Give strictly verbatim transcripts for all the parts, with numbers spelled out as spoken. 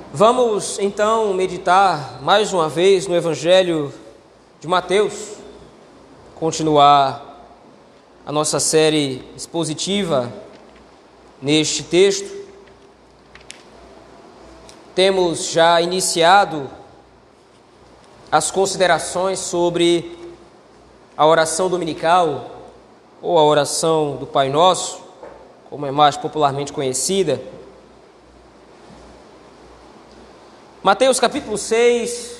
Vamos então meditar mais uma vez no Evangelho de Mateus, continuar a nossa série expositiva neste texto. Temos já iniciado as considerações sobre a oração dominical, ou a oração do Pai Nosso, como é mais popularmente conhecida. Mateus capítulo seis,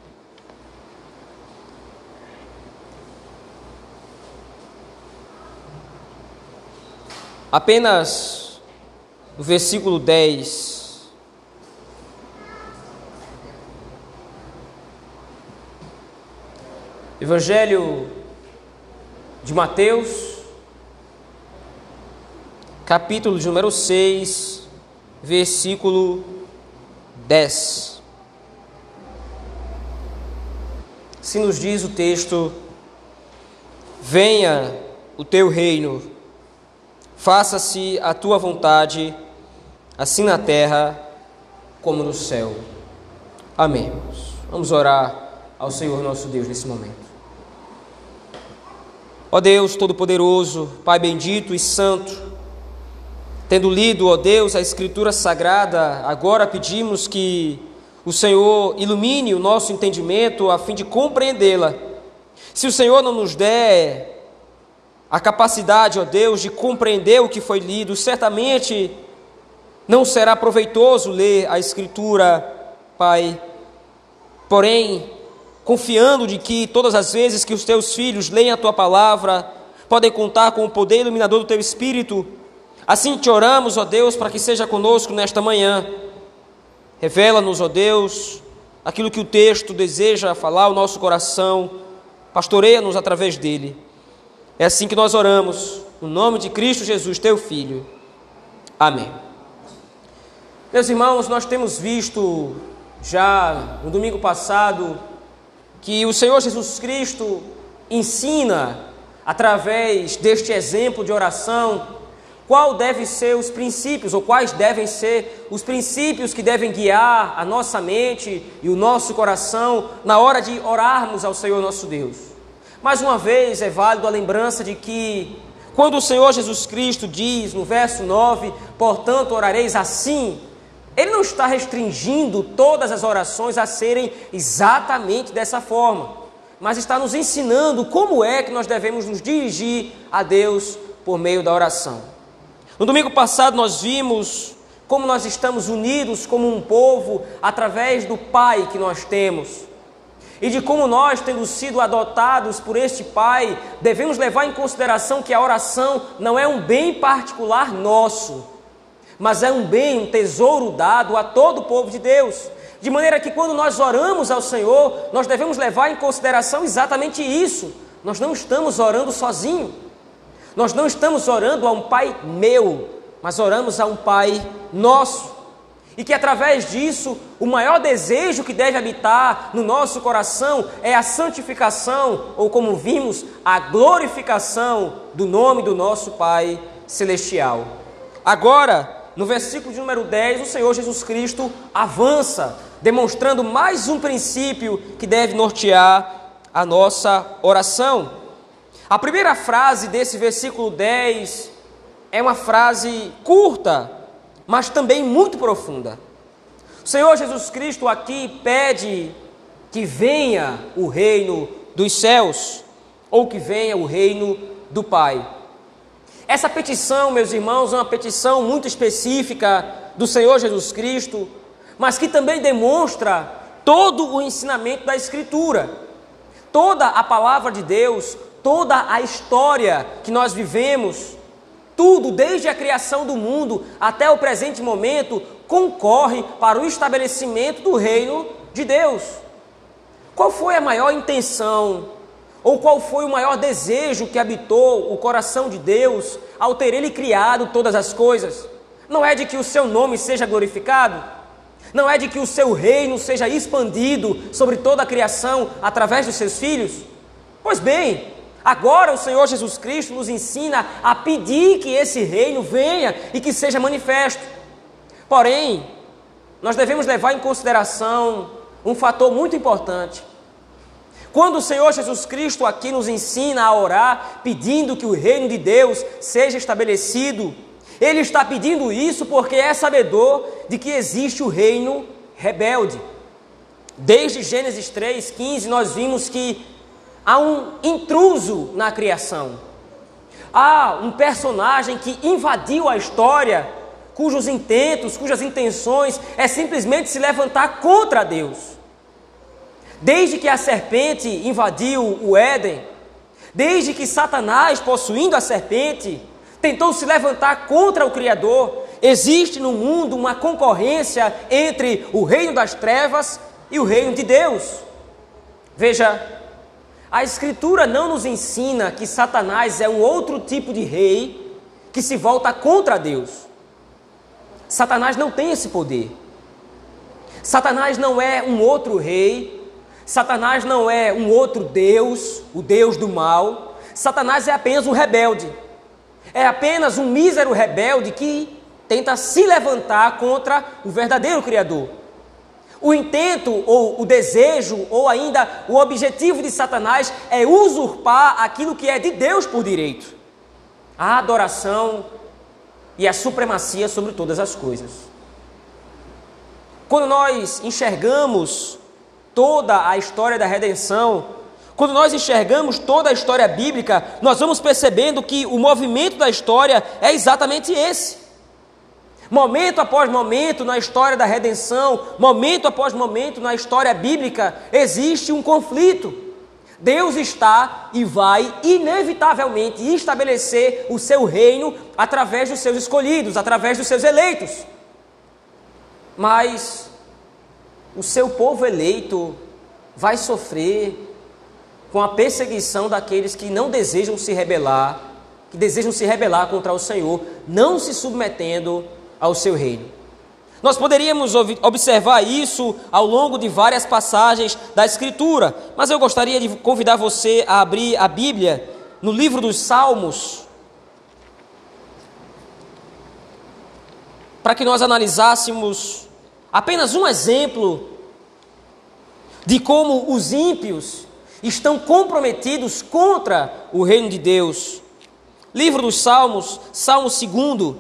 apenas no versículo dez. Evangelho de Mateus, capítulo de número seis, versículo dez. Se nos diz o texto: venha o teu reino, faça-se a tua vontade, assim na terra como no céu. Amém. Vamos orar ao Senhor nosso Deus nesse momento. Ó Deus Todo-Poderoso, Pai bendito e santo, tendo lido, ó Deus, a Escritura Sagrada, agora pedimos que o Senhor ilumine o nosso entendimento a fim de compreendê-la. Se o Senhor não nos der a capacidade, ó Deus, de compreender o que foi lido, certamente não será proveitoso ler a Escritura, Pai. Porém, confiando de que todas as vezes que os teus filhos leem a tua palavra, podem contar com o poder iluminador do teu Espírito, assim te oramos, ó Deus, para que seja conosco nesta manhã. Revela-nos, ó Deus, aquilo que o texto deseja falar ao nosso coração, pastoreia-nos através dele. É assim que nós oramos, no nome de Cristo Jesus, teu Filho. Amém. Meus irmãos, nós temos visto já no domingo passado que o Senhor Jesus Cristo ensina, através deste exemplo de oração, qual devem ser os princípios, ou quais devem ser os princípios que devem guiar a nossa mente e o nosso coração na hora de orarmos ao Senhor nosso Deus. Mais uma vez é válido a lembrança de que quando o Senhor Jesus Cristo diz no verso nove, portanto orareis assim, Ele não está restringindo todas as orações a serem exatamente dessa forma, mas está nos ensinando como é que nós devemos nos dirigir a Deus por meio da oração. No domingo passado nós vimos como nós estamos unidos como um povo através do Pai que nós temos, e de como nós, tendo sido adotados por este Pai, devemos levar em consideração que a oração não é um bem particular nosso, mas é um bem, um tesouro dado a todo o povo de Deus, de maneira que quando nós oramos ao Senhor, nós devemos levar em consideração exatamente isso. Nós não estamos orando sozinhos. Nós não estamos orando a um Pai meu, mas oramos a um Pai nosso. E que através disso, o maior desejo que deve habitar no nosso coração é a santificação, ou como vimos, a glorificação do nome do nosso Pai Celestial. Agora, no versículo de número dez, o Senhor Jesus Cristo avança, demonstrando mais um princípio que deve nortear a nossa oração. A primeira frase desse versículo dez é uma frase curta, mas também muito profunda. O Senhor Jesus Cristo aqui pede que venha o reino dos céus, ou que venha o reino do Pai. Essa petição, meus irmãos, é uma petição muito específica do Senhor Jesus Cristo, mas que também demonstra todo o ensinamento da Escritura. Toda a palavra de Deus, toda a história que nós vivemos, tudo desde a criação do mundo até o presente momento, concorre para o estabelecimento do reino de Deus. Qual foi a maior intenção, ou qual foi o maior desejo que habitou o coração de Deus ao ter Ele criado todas as coisas? Não é de que o seu nome seja glorificado? Não é de que o seu reino seja expandido sobre toda a criação através dos seus filhos? Pois bem, agora o Senhor Jesus Cristo nos ensina a pedir que esse reino venha e que seja manifesto. Porém, nós devemos levar em consideração um fator muito importante. Quando o Senhor Jesus Cristo aqui nos ensina a orar, pedindo que o reino de Deus seja estabelecido, Ele está pedindo isso porque é sabedor de que existe o reino rebelde. Desde Gênesis três, quinze, nós vimos que há um intruso na criação. Há um personagem que invadiu a história, cujos intentos, cujas intenções é simplesmente se levantar contra Deus. Desde que a serpente invadiu o Éden, desde que Satanás, possuindo a serpente, tentou se levantar contra o Criador, existe no mundo uma concorrência entre o reino das trevas e o reino de Deus. Veja, a Escritura não nos ensina que Satanás é um outro tipo de rei que se volta contra Deus. Satanás não tem esse poder. Satanás não é um outro rei. Satanás não é um outro Deus, o Deus do mal. Satanás é apenas um rebelde. É apenas um mísero rebelde que tenta se levantar contra o verdadeiro Criador. O intento, ou o desejo, ou ainda o objetivo de Satanás é usurpar aquilo que é de Deus por direito. A adoração e a supremacia sobre todas as coisas. Quando nós enxergamos toda a história da redenção, quando nós enxergamos toda a história bíblica, nós vamos percebendo que o movimento da história é exatamente esse. Momento após momento na história da redenção, momento após momento na história bíblica, existe um conflito. Deus está e vai inevitavelmente estabelecer o seu reino através dos seus escolhidos, através dos seus eleitos. Mas o seu povo eleito vai sofrer com a perseguição daqueles que não desejam se rebelar, que desejam se rebelar contra o Senhor, não se submetendo ao seu reino. Nós poderíamos observar isso ao longo de várias passagens da Escritura, mas eu gostaria de convidar você a abrir a Bíblia no livro dos Salmos, para que nós analisássemos apenas um exemplo de como os ímpios estão comprometidos contra o reino de Deus. Livro dos Salmos, Salmo segundo.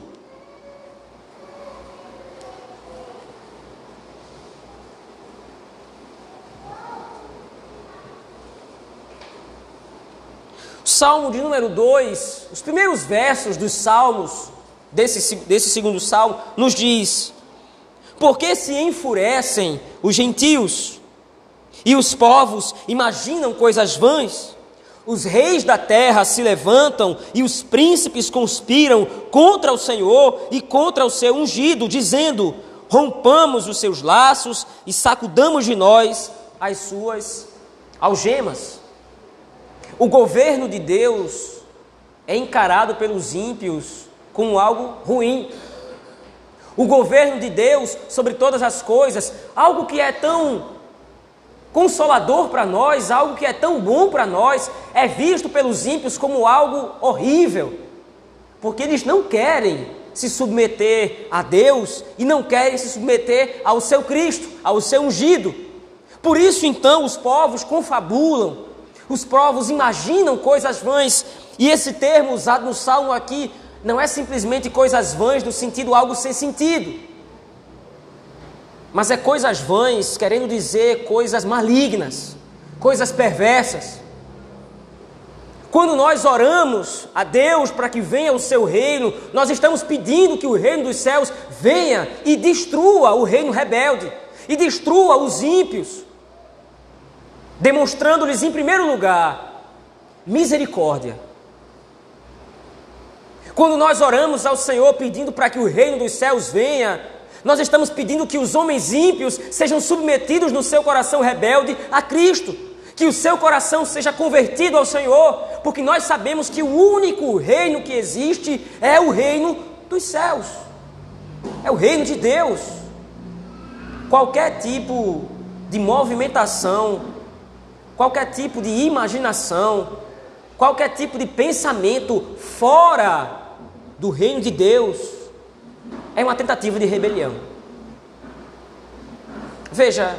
Salmo de número dois, os primeiros versos dos Salmos, desse, desse segundo Salmo, nos diz: porque se enfurecem os gentios, e os povos imaginam coisas vãs, os reis da terra se levantam, e os príncipes conspiram contra o Senhor e contra o seu ungido, dizendo: rompamos os seus laços e sacudamos de nós as suas algemas. O governo de Deus é encarado pelos ímpios como algo ruim. O governo de Deus sobre todas as coisas, algo que é tão consolador para nós, algo que é tão bom para nós, é visto pelos ímpios como algo horrível, porque eles não querem se submeter a Deus e não querem se submeter ao seu Cristo, ao seu ungido. Por isso, então, os povos confabulam, os povos imaginam coisas vãs, e esse termo usado no Salmo aqui não é simplesmente coisas vãs no sentido algo sem sentido, mas é coisas vãs querendo dizer coisas malignas, coisas perversas. Quando nós oramos a Deus para que venha o seu reino, nós estamos pedindo que o reino dos céus venha e destrua o reino rebelde, e destrua os ímpios, demonstrando-lhes em primeiro lugar misericórdia. Quando nós oramos ao Senhor pedindo para que o reino dos céus venha, nós estamos pedindo que os homens ímpios sejam submetidos no seu coração rebelde a Cristo, que o seu coração seja convertido ao Senhor, porque nós sabemos que o único reino que existe é o reino dos céus, é o reino de Deus. Qualquer tipo de movimentação, qualquer tipo de imaginação, qualquer tipo de pensamento fora do reino de Deus é uma tentativa de rebelião. Veja,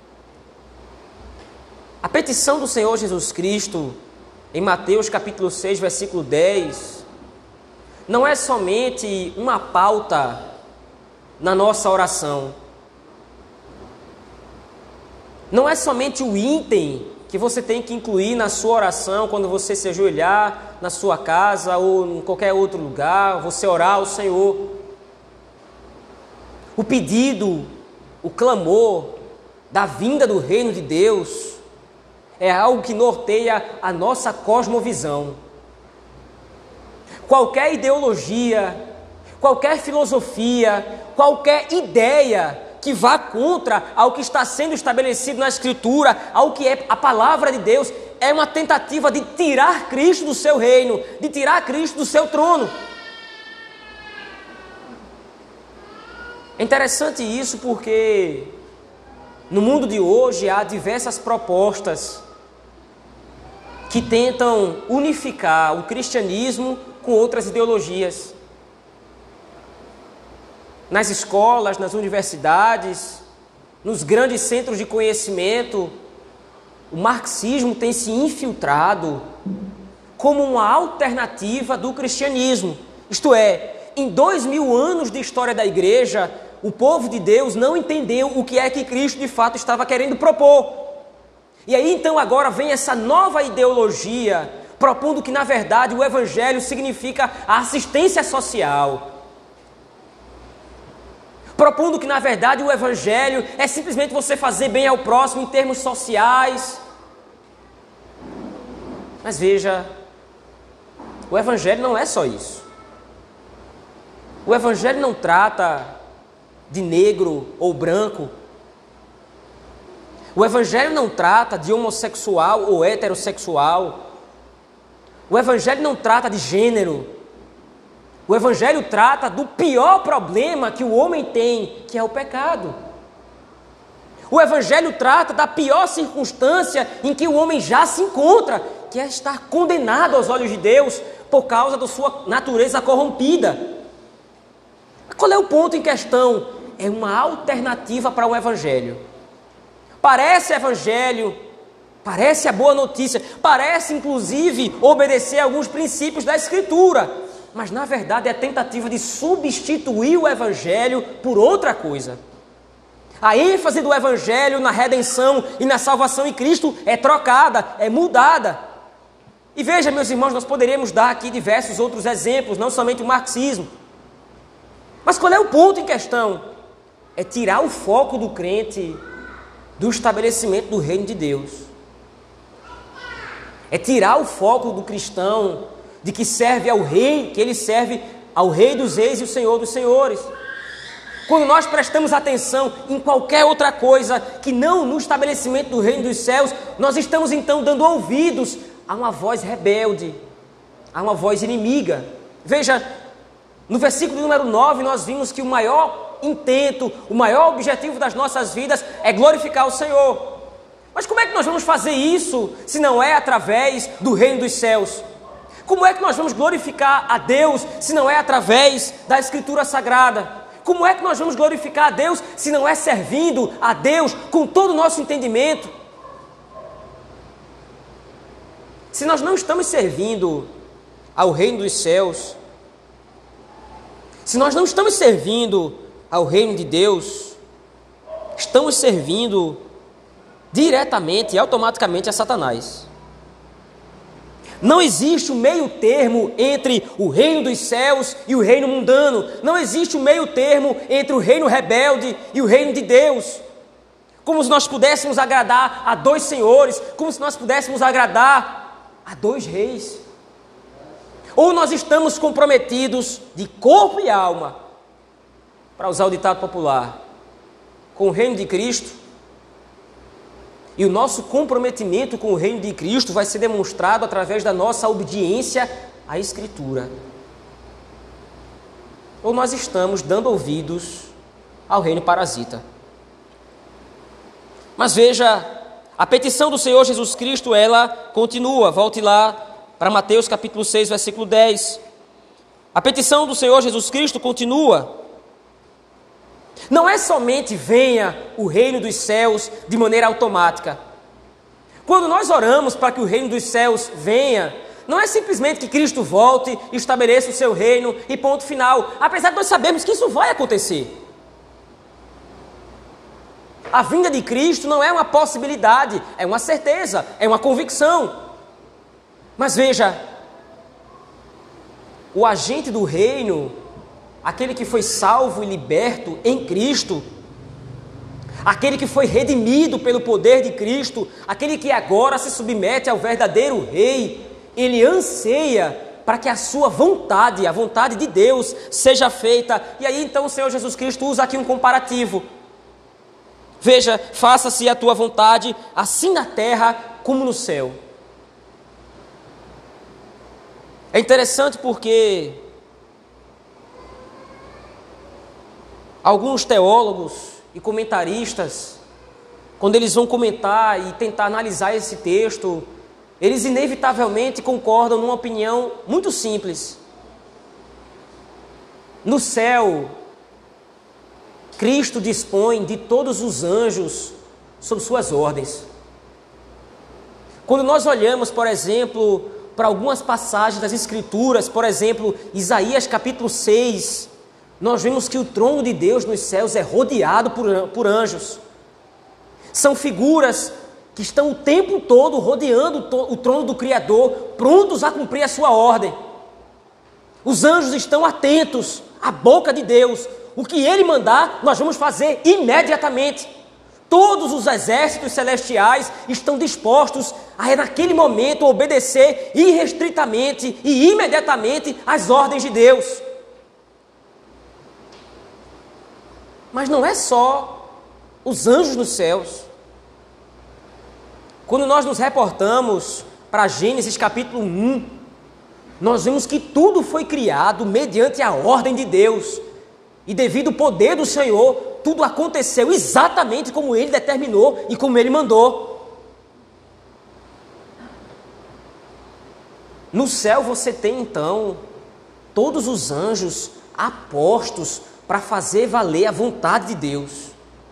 a petição do Senhor Jesus Cristo, em Mateus capítulo seis, versículo dez, não é somente uma pauta na nossa oração. Não é somente o item que você tem que incluir na sua oração quando você se ajoelhar na sua casa ou em qualquer outro lugar, você orar ao Senhor. O pedido, o clamor da vinda do reino de Deus é algo que norteia a nossa cosmovisão. Qualquer ideologia, qualquer filosofia, qualquer ideia que vá contra ao que está sendo estabelecido na Escritura, ao que é a palavra de Deus, é uma tentativa de tirar Cristo do seu reino, de tirar Cristo do seu trono. É interessante isso porque no mundo de hoje há diversas propostas que tentam unificar o cristianismo com outras ideologias. Nas escolas, nas universidades, nos grandes centros de conhecimento, o marxismo tem se infiltrado como uma alternativa do cristianismo. Isto é, em dois mil anos de história da igreja, o povo de Deus não entendeu o que é que Cristo de fato estava querendo propor. E aí então agora vem essa nova ideologia propondo que na verdade o evangelho significa a assistência social. Propondo que na verdade o evangelho é simplesmente você fazer bem ao próximo em termos sociais. Mas veja, o evangelho não é só isso. O evangelho não trata de negro ou branco. O evangelho não trata de homossexual ou heterossexual. O evangelho não trata de gênero. O evangelho trata do pior problema que o homem tem, que é o pecado. O evangelho trata da pior circunstância em que o homem já se encontra, que é estar condenado aos olhos de Deus por causa da sua natureza corrompida. Qual é o ponto em questão? É uma alternativa para o evangelho. Parece evangelho, parece a boa notícia, parece inclusive obedecer a alguns princípios da Escritura, mas na verdade é a tentativa de substituir o evangelho por outra coisa. A ênfase do evangelho na redenção e na salvação em Cristo é trocada, é mudada. E veja, meus irmãos, nós poderíamos dar aqui diversos outros exemplos, não somente o marxismo. Mas qual é o ponto em questão? É tirar o foco do crente do estabelecimento do reino de Deus. É tirar o foco do cristão de que serve ao rei, que ele serve ao rei dos reis e o senhor dos senhores. Quando nós prestamos atenção em qualquer outra coisa que não no estabelecimento do reino dos céus, nós estamos então dando ouvidos a uma voz rebelde, a uma voz inimiga. Veja, no versículo número nove nós vimos que o maior intento, o maior objetivo das nossas vidas é glorificar o Senhor. Mas como é que nós vamos fazer isso se não é através do reino dos céus? Como é que nós vamos glorificar a Deus se não é através da Escritura Sagrada? Como é que nós vamos glorificar a Deus se não é servindo a Deus com todo o nosso entendimento? Se nós não estamos servindo ao reino dos céus, se nós não estamos servindo ao reino de Deus, estamos servindo diretamente e automaticamente a Satanás. Não existe um meio termo entre o reino dos céus e o reino mundano. Não existe um meio termo entre o reino rebelde e o reino de Deus. Como se nós pudéssemos agradar a dois senhores, como se nós pudéssemos agradar a dois reis. Ou nós estamos comprometidos de corpo e alma, para usar o ditado popular, com o reino de Cristo. E o nosso comprometimento com o reino de Cristo vai ser demonstrado através da nossa obediência à Escritura. Ou nós estamos dando ouvidos ao reino parasita. Mas veja, a petição do Senhor Jesus Cristo, ela continua. Volte lá para Mateus capítulo seis, versículo dez. A petição do Senhor Jesus Cristo continua. Não é somente venha o reino dos céus de maneira automática. Quando nós oramos para que o reino dos céus venha, não é simplesmente que Cristo volte, estabeleça o seu reino e ponto final. Apesar de nós sabermos que isso vai acontecer. A vinda de Cristo não é uma possibilidade, é uma certeza, é uma convicção. Mas veja, o agente do reino, aquele que foi salvo e liberto em Cristo, aquele que foi redimido pelo poder de Cristo, aquele que agora se submete ao verdadeiro rei, ele anseia para que a sua vontade, a vontade de Deus, seja feita. E aí então o Senhor Jesus Cristo usa aqui um comparativo. Veja, faça-se a tua vontade, assim na terra como no céu. É interessante porque alguns teólogos e comentaristas, quando eles vão comentar e tentar analisar esse texto, eles inevitavelmente concordam numa opinião muito simples. No céu, Cristo dispõe de todos os anjos sob suas ordens. Quando nós olhamos, por exemplo, para algumas passagens das Escrituras, por exemplo, Isaías capítulo seis, nós vemos que o trono de Deus nos céus é rodeado por, por anjos. São figuras que estão o tempo todo rodeando o trono do Criador, prontos a cumprir a sua ordem. Os anjos estão atentos à boca de Deus. O que Ele mandar, nós vamos fazer imediatamente. Todos os exércitos celestiais estão dispostos a, naquele momento, obedecer irrestritamente e imediatamente às ordens de Deus. Mas não é só os anjos nos céus. Quando nós nos reportamos para Gênesis capítulo um, nós vemos que tudo foi criado mediante a ordem de Deus. E devido ao poder do Senhor, tudo aconteceu exatamente como Ele determinou e como Ele mandou. No céu você tem então todos os anjos apostos para fazer valer a vontade de Deus.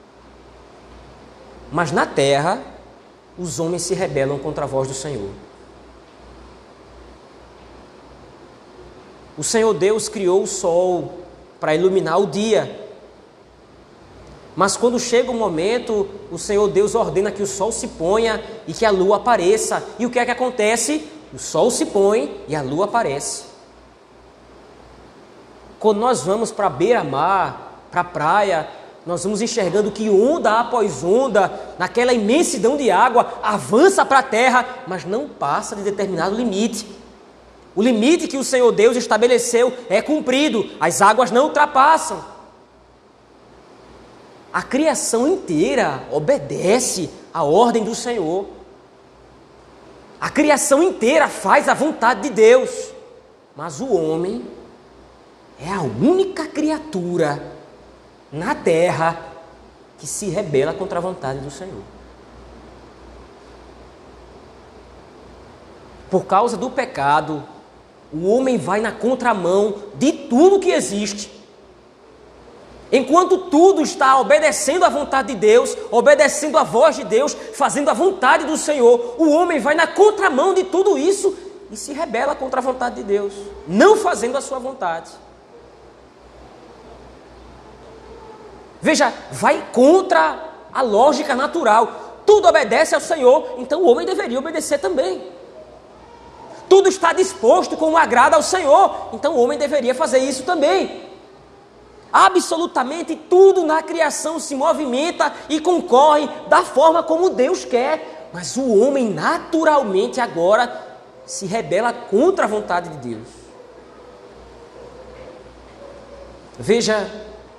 Mas na terra, os homens se rebelam contra a voz do Senhor. O Senhor Deus criou o sol para iluminar o dia. Mas quando chega o momento, o Senhor Deus ordena que o sol se ponha e que a lua apareça. E o que é que acontece? O sol se põe e a lua aparece. Quando nós vamos para a beira-mar, para a praia, nós vamos enxergando que onda após onda, naquela imensidão de água, avança para a terra, mas não passa de determinado limite. O limite que o Senhor Deus estabeleceu é cumprido, as águas não ultrapassam. A criação inteira obedece à ordem do Senhor. A criação inteira faz a vontade de Deus. Mas o homem é a única criatura na terra que se rebela contra a vontade do Senhor. Por causa do pecado, o homem vai na contramão de tudo que existe. Enquanto tudo está obedecendo à vontade de Deus, obedecendo à voz de Deus, fazendo a vontade do Senhor, o homem vai na contramão de tudo isso e se rebela contra a vontade de Deus, não fazendo a sua vontade. Veja, vai contra a lógica natural. Tudo obedece ao Senhor, então o homem deveria obedecer também. Tudo está disposto como agrada ao Senhor, então o homem deveria fazer isso também. Absolutamente tudo na criação se movimenta e concorre da forma como Deus quer, mas o homem naturalmente agora se rebela contra a vontade de Deus. Veja,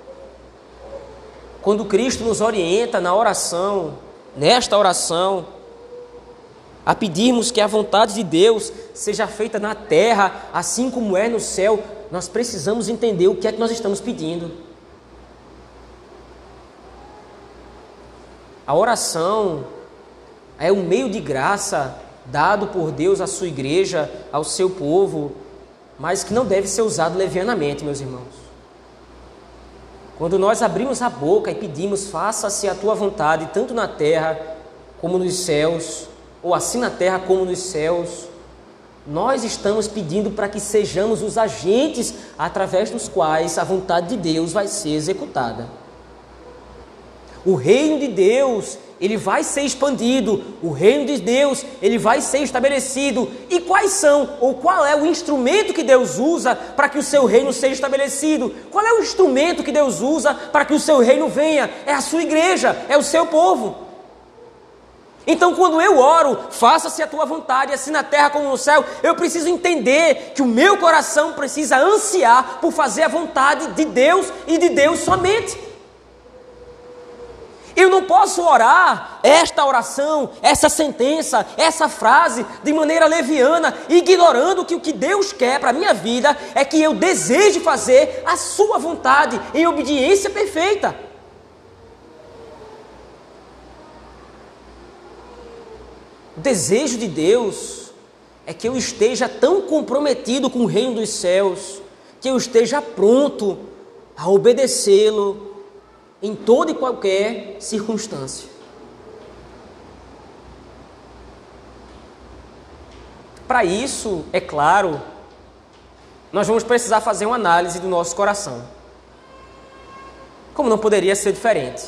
quando Cristo nos orienta na oração, nesta oração, a pedirmos que a vontade de Deus seja feita na terra, assim como é no céu, nós precisamos entender o que é que nós estamos pedindo. A oração é um meio de graça dado por Deus à sua igreja, ao seu povo, mas que não deve ser usado levianamente, meus irmãos. Quando nós abrimos a boca e pedimos, faça-se a tua vontade, tanto na terra como nos céus, ou assim na terra como nos céus, nós estamos pedindo para que sejamos os agentes através dos quais a vontade de Deus vai ser executada. O reino de Deus, ele vai ser expandido, o reino de Deus, ele vai ser estabelecido. E quais são, ou qual é o instrumento que Deus usa para que o seu reino seja estabelecido? Qual é o instrumento que Deus usa para que o seu reino venha? É a sua igreja, é o seu povo. Então, quando eu oro, faça-se a tua vontade, assim na terra como no céu, eu preciso entender que o meu coração precisa ansiar por fazer a vontade de Deus e de Deus somente. Eu não posso orar esta oração, essa sentença, essa frase de maneira leviana, ignorando que o que Deus quer para a minha vida é que eu deseje fazer a sua vontade em obediência perfeita. O desejo de Deus é que eu esteja tão comprometido com o reino dos céus, que eu esteja pronto a obedecê-lo em toda e qualquer circunstância. Para isso, é claro, nós vamos precisar fazer uma análise do nosso coração. Como não poderia ser diferente?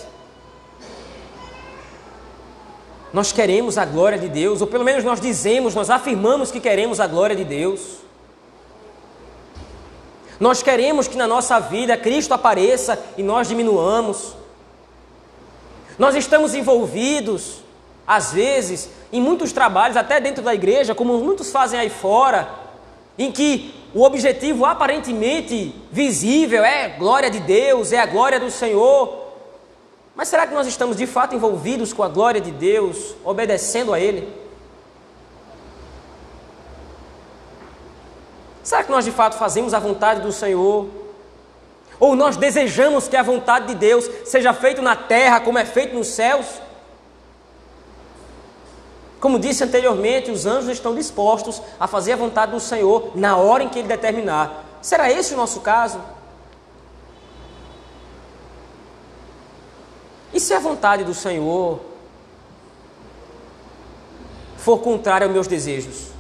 Nós queremos a glória de Deus, ou pelo menos nós dizemos, nós afirmamos que queremos a glória de Deus. Nós queremos que na nossa vida Cristo apareça e nós diminuamos. Nós estamos envolvidos, às vezes, em muitos trabalhos, até dentro da igreja, como muitos fazem aí fora, em que o objetivo aparentemente visível é glória de Deus, é a glória do Senhor. Mas será que nós estamos de fato envolvidos com a glória de Deus, obedecendo a Ele? Será que nós de fato fazemos a vontade do Senhor? Ou nós desejamos que a vontade de Deus seja feita na terra como é feito nos céus? Como disse anteriormente, os anjos estão dispostos a fazer a vontade do Senhor na hora em que Ele determinar. Será esse o nosso caso? E se a vontade do Senhor for contrária aos meus desejos?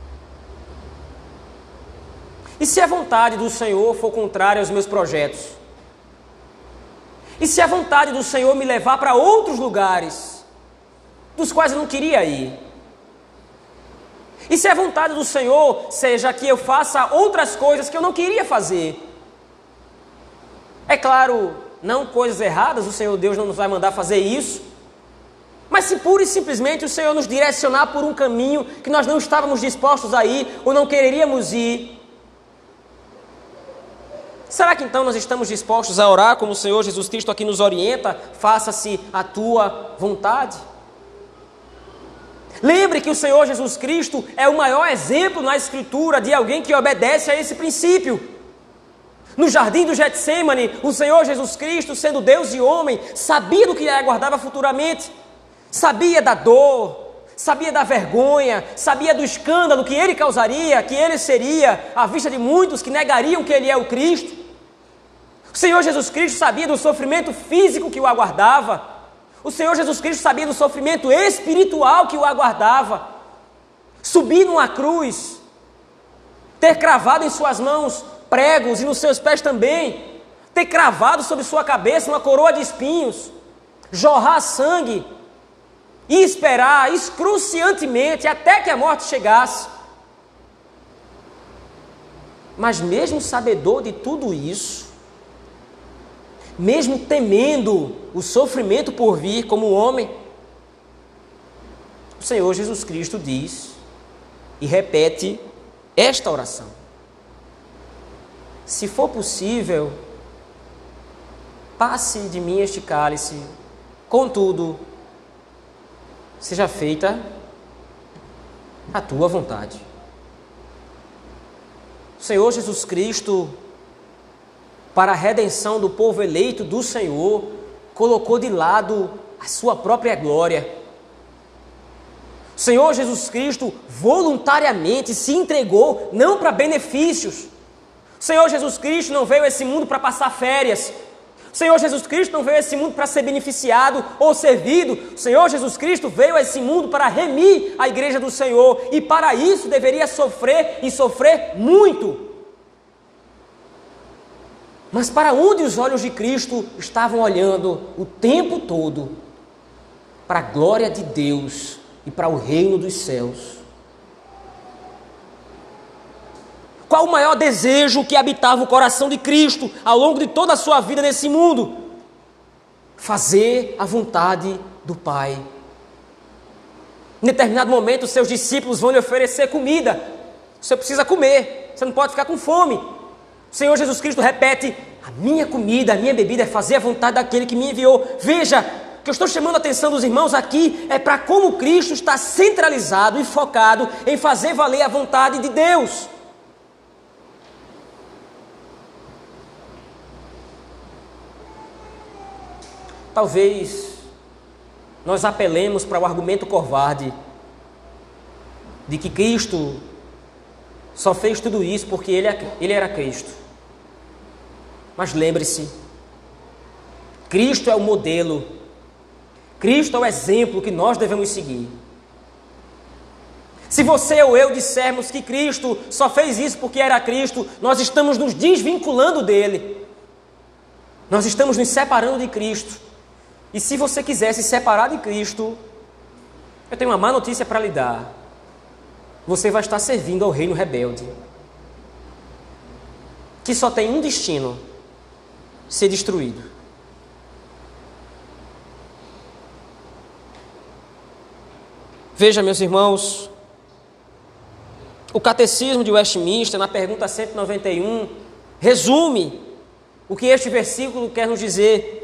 E se a vontade do Senhor for contrária aos meus projetos? E se a vontade do Senhor me levar para outros lugares, dos quais eu não queria ir? E se a vontade do Senhor seja que eu faça outras coisas que eu não queria fazer? É claro, não coisas erradas, o Senhor Deus não nos vai mandar fazer isso. Mas se pura e simplesmente o Senhor nos direcionar por um caminho que nós não estávamos dispostos a ir, ou não quereríamos ir, será que então nós estamos dispostos a orar como o Senhor Jesus Cristo aqui nos orienta? Faça-se a tua vontade. Lembre que o Senhor Jesus Cristo é o maior exemplo na Escritura de alguém que obedece a esse princípio. No jardim do Getsêmani, o Senhor Jesus Cristo, sendo Deus e homem, sabia do que aguardava futuramente. Sabia da dor, sabia da vergonha, sabia do escândalo que ele causaria, que ele seria, à vista de muitos que negariam que ele é o Cristo. O Senhor Jesus Cristo sabia do sofrimento físico que o aguardava. O Senhor Jesus Cristo sabia do sofrimento espiritual que o aguardava. Subir numa cruz, ter cravado em suas mãos pregos e nos seus pés também, ter cravado sobre sua cabeça uma coroa de espinhos, jorrar sangue e esperar excruciantemente até que a morte chegasse. Mas mesmo sabedor de tudo isso, mesmo temendo o sofrimento por vir como homem, o Senhor Jesus Cristo diz e repete esta oração: se for possível, passe de mim este cálice, contudo, seja feita a tua vontade. O Senhor Jesus Cristo, para a redenção do povo eleito do Senhor, colocou de lado a sua própria glória. O Senhor Jesus Cristo voluntariamente se entregou não para benefícios. O Senhor Jesus Cristo não veio a esse mundo para passar férias. O O Senhor Jesus Cristo não veio a esse mundo para ser beneficiado ou servido. O Senhor Jesus Cristo veio a esse mundo para remir a igreja do Senhor. E para isso deveria sofrer e sofrer muito. Mas para onde os olhos de Cristo estavam olhando o tempo todo? Para a glória de Deus e para o reino dos céus. Qual o maior desejo que habitava o coração de Cristo ao longo de toda a sua vida nesse mundo? Fazer a vontade do Pai. Em determinado momento, os seus discípulos vão lhe oferecer comida. Você precisa comer, você não pode ficar com fome. O Senhor Jesus Cristo repete: a minha comida, a minha bebida é fazer a vontade daquele que me enviou. Veja, o que eu estou chamando a atenção dos irmãos aqui é para como Cristo está centralizado e focado em fazer valer a vontade de Deus. Talvez nós apelemos para o argumento covarde de que Cristo só fez tudo isso porque ele, ele era Cristo. Mas lembre-se, Cristo é o modelo, Cristo é o exemplo que nós devemos seguir. Se você ou eu dissermos que Cristo só fez isso porque era Cristo, nós estamos nos desvinculando dele. Nós estamos nos separando de Cristo. E se você quiser se separar de Cristo, eu tenho uma má notícia para lhe dar. Você vai estar servindo ao reino rebelde, que só tem um destino: ser destruído. Veja, meus irmãos, o Catecismo de Westminster, na pergunta cento e noventa e um, resume o que este versículo quer nos dizer.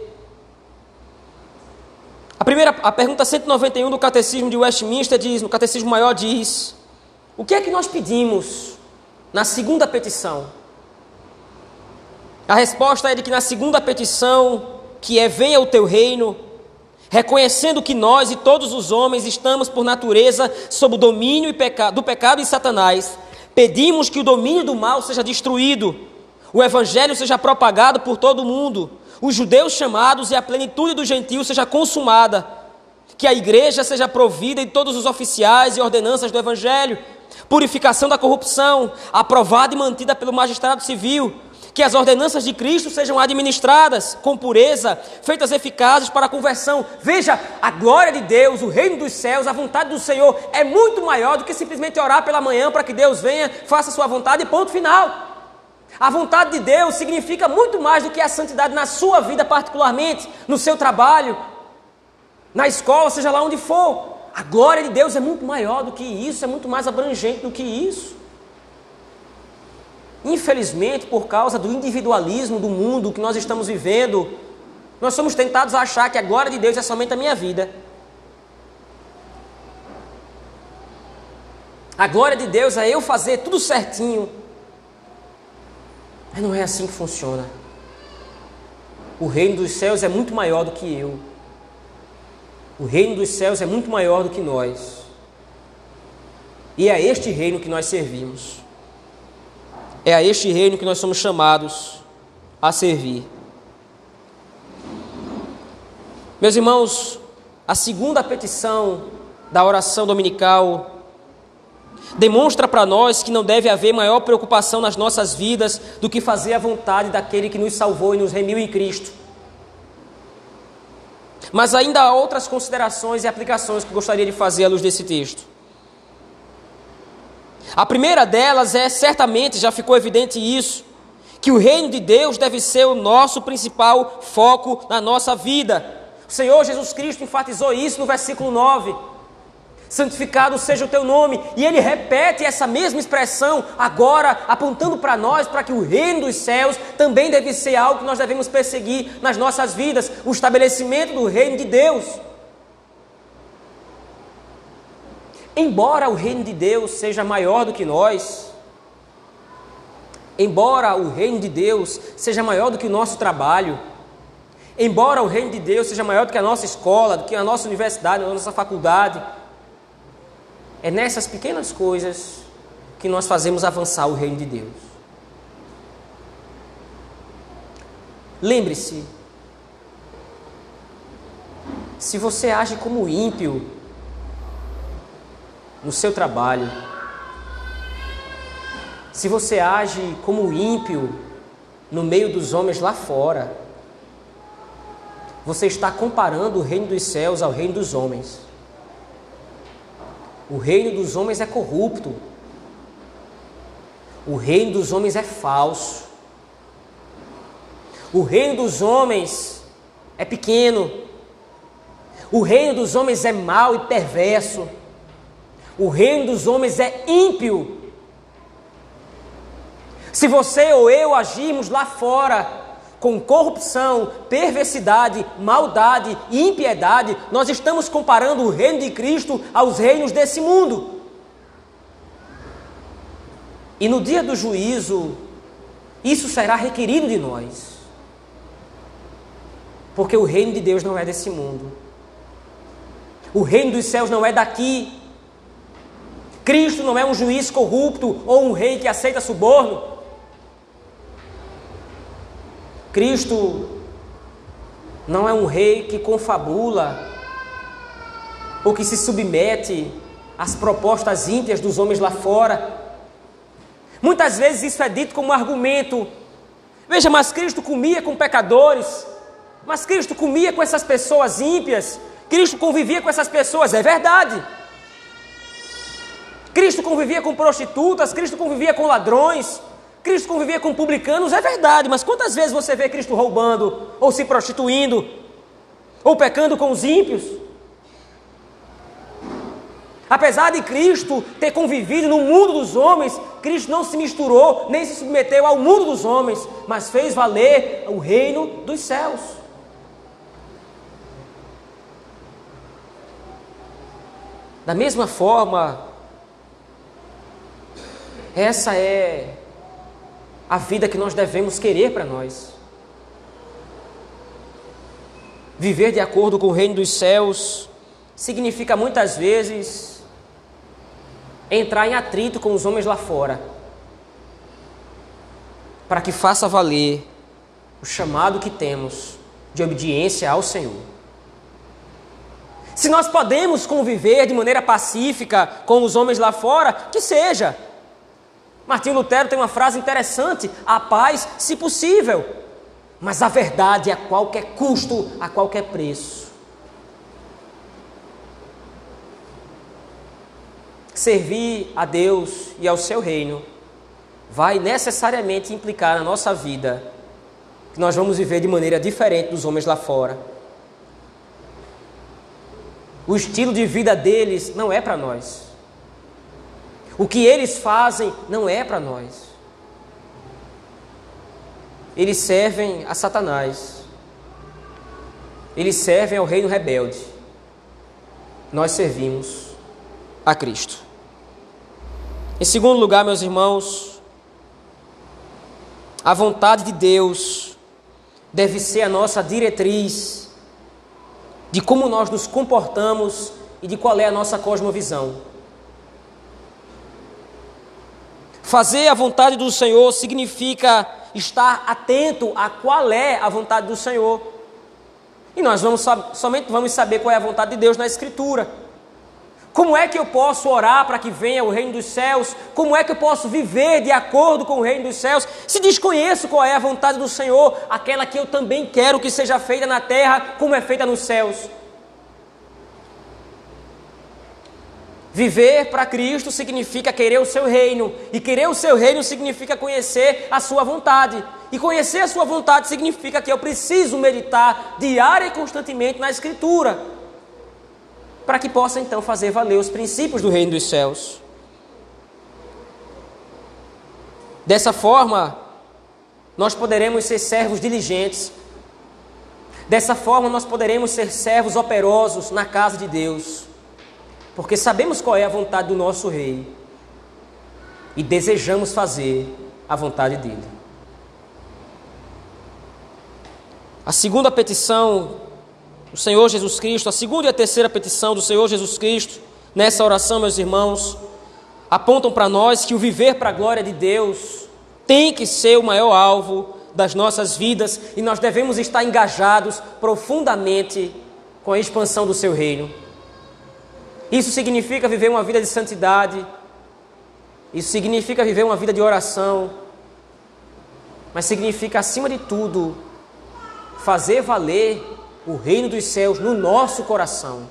A primeira, a pergunta cento e noventa e um do Catecismo de Westminster diz, no Catecismo Maior diz: o que é que nós pedimos na segunda petição? A resposta é de que na segunda petição, que é venha o teu reino, reconhecendo que nós e todos os homens estamos por natureza sob o domínio e peca, do pecado e Satanás, pedimos que o domínio do mal seja destruído, o evangelho seja propagado por todo o mundo, os judeus chamados e a plenitude dos gentios seja consumada, que a igreja seja provida em todos os oficiais e ordenanças do evangelho, purificação da corrupção, aprovada e mantida pelo magistrado civil, que as ordenanças de Cristo sejam administradas com pureza, feitas eficazes para a conversão. Veja, a glória de Deus, o reino dos céus, a vontade do Senhor é muito maior do que simplesmente orar pela manhã para que Deus venha, faça a sua vontade e ponto final. A vontade de Deus significa muito mais do que a santidade na sua vida particularmente, no seu trabalho, na escola, seja lá onde for. A glória de Deus é muito maior do que isso, é muito mais abrangente do que isso. Infelizmente, por causa do individualismo do mundo que nós estamos vivendo, nós somos tentados a achar que a glória de Deus é somente a minha vida. A glória de Deus é eu fazer tudo certinho. Mas não é assim que funciona. O reino dos céus é muito maior do que eu. O reino dos céus é muito maior do que nós. E é a este reino que nós servimos. É a este reino que nós somos chamados a servir. Meus irmãos, a segunda petição da oração dominical demonstra para nós que não deve haver maior preocupação nas nossas vidas do que fazer a vontade daquele que nos salvou e nos remiu em Cristo. Mas ainda há outras considerações e aplicações que gostaria de fazer à luz desse texto. A primeira delas é, certamente, já ficou evidente isso, que o reino de Deus deve ser o nosso principal foco na nossa vida. O Senhor Jesus Cristo enfatizou isso no versículo nove. Santificado seja o teu nome. E ele repete essa mesma expressão agora, apontando para nós, para que o reino dos céus também deve ser algo que nós devemos perseguir nas nossas vidas, o estabelecimento do reino de Deus. Embora o reino de Deus seja maior do que nós, embora o reino de Deus seja maior do que o nosso trabalho, embora o reino de Deus seja maior do que a nossa escola, do que a nossa universidade, a nossa faculdade, é nessas pequenas coisas que nós fazemos avançar o reino de Deus. Lembre-se Se você age como ímpio no seu trabalho, se você age como ímpio no meio dos homens lá fora, você está comparando o reino dos céus ao reino dos homens. O reino dos homens é corrupto. O reino dos homens é falso. O reino dos homens é pequeno. O reino dos homens é mau e perverso. O reino dos homens é ímpio. Se você ou eu agirmos lá fora com corrupção, perversidade, maldade e impiedade, nós estamos comparando o reino de Cristo aos reinos desse mundo. E no dia do juízo, isso será requerido de nós. Porque o reino de Deus não é desse mundo. O reino dos céus não é daqui. Cristo não é um juiz corrupto ou um rei que aceita suborno. Cristo não é um rei que confabula ou que se submete às propostas ímpias dos homens lá fora. Muitas vezes isso é dito como argumento. Veja, mas Cristo comia com pecadores, mas Cristo comia com essas pessoas ímpias, Cristo convivia com essas pessoas, é verdade. Cristo convivia com prostitutas, Cristo convivia com ladrões, Cristo convivia com publicanos, é verdade, mas quantas vezes você vê Cristo roubando, ou se prostituindo, ou pecando com os ímpios? Apesar de Cristo ter convivido no mundo dos homens, Cristo não se misturou, nem se submeteu ao mundo dos homens, mas fez valer o reino dos céus. Da mesma forma, essa é a vida que nós devemos querer para nós. Viver de acordo com o reino dos céus significa muitas vezes entrar em atrito com os homens lá fora, para que faça valer o chamado que temos de obediência ao Senhor. Se nós podemos conviver de maneira pacífica com os homens lá fora, que seja. Martinho Lutero tem uma frase interessante: a paz, se possível, mas a verdade a qualquer custo, a qualquer preço. Servir a Deus e ao seu reino vai necessariamente implicar na nossa vida que nós vamos viver de maneira diferente dos homens lá fora. O estilo de vida deles não é para nós. O que eles fazem não é para nós. Eles servem a Satanás. Eles servem ao reino rebelde. Nós servimos a Cristo. Em segundo lugar, meus irmãos, a vontade de Deus deve ser a nossa diretriz de como nós nos comportamos e de qual é a nossa cosmovisão. Fazer a vontade do Senhor significa estar atento a qual é a vontade do Senhor. E nós vamos, somente vamos saber qual é a vontade de Deus na Escritura. Como é que eu posso orar para que venha o reino dos céus? Como é que eu posso viver de acordo com o reino dos céus se desconheço qual é a vontade do Senhor, aquela que eu também quero que seja feita na terra como é feita nos céus? Viver para Cristo significa querer o seu reino, e querer o seu reino significa conhecer a sua vontade. E conhecer a sua vontade significa que eu preciso meditar diária e constantemente na Escritura, para que possa então fazer valer os princípios do reino dos céus. Dessa forma, nós poderemos ser servos diligentes. Dessa forma, nós poderemos ser servos operosos na casa de Deus, porque sabemos qual é a vontade do nosso Rei e desejamos fazer a vontade dele. A segunda petição do Senhor Jesus Cristo, a segunda e a terceira petição do Senhor Jesus Cristo, nessa oração, meus irmãos, apontam para nós que o viver para a glória de Deus tem que ser o maior alvo das nossas vidas e nós devemos estar engajados profundamente com a expansão do seu reino. Isso significa viver uma vida de santidade, isso significa viver uma vida de oração, mas significa, acima de tudo, fazer valer o reino dos céus no nosso coração.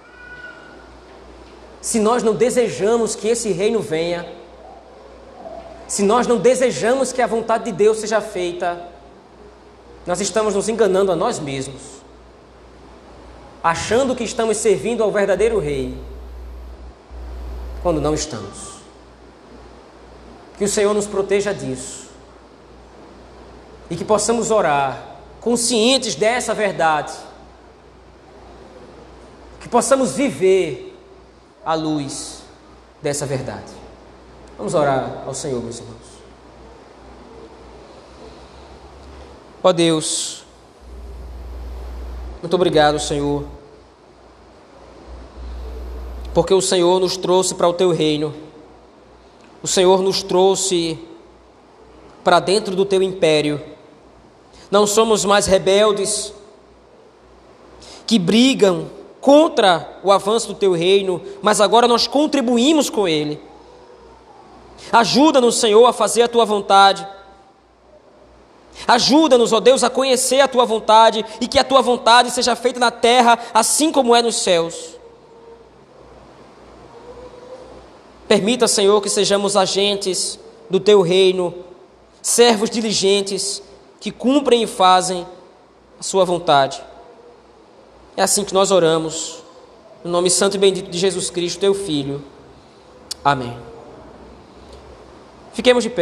Se nós não desejamos que esse reino venha, se nós não desejamos que a vontade de Deus seja feita, nós estamos nos enganando a nós mesmos, achando que estamos servindo ao verdadeiro Rei, quando não estamos. Que o Senhor nos proteja disso e que possamos orar conscientes dessa verdade, que possamos viver à luz dessa verdade. Vamos orar ao Senhor, meus irmãos. Ó Deus, muito obrigado, Senhor, porque o Senhor nos trouxe para o Teu reino, o Senhor nos trouxe para dentro do Teu império. Não somos mais rebeldes que brigam contra o avanço do Teu reino, mas agora nós contribuímos com Ele. Ajuda-nos, Senhor, a fazer a Tua vontade. Ajuda-nos, ó Deus, a conhecer a Tua vontade e que a Tua vontade seja feita na terra assim como é nos céus. Permita, Senhor, que sejamos agentes do Teu reino, servos diligentes que cumprem e fazem a Sua vontade. É assim que nós oramos, no nome santo e bendito de Jesus Cristo, Teu Filho. Amém. Fiquemos de pé.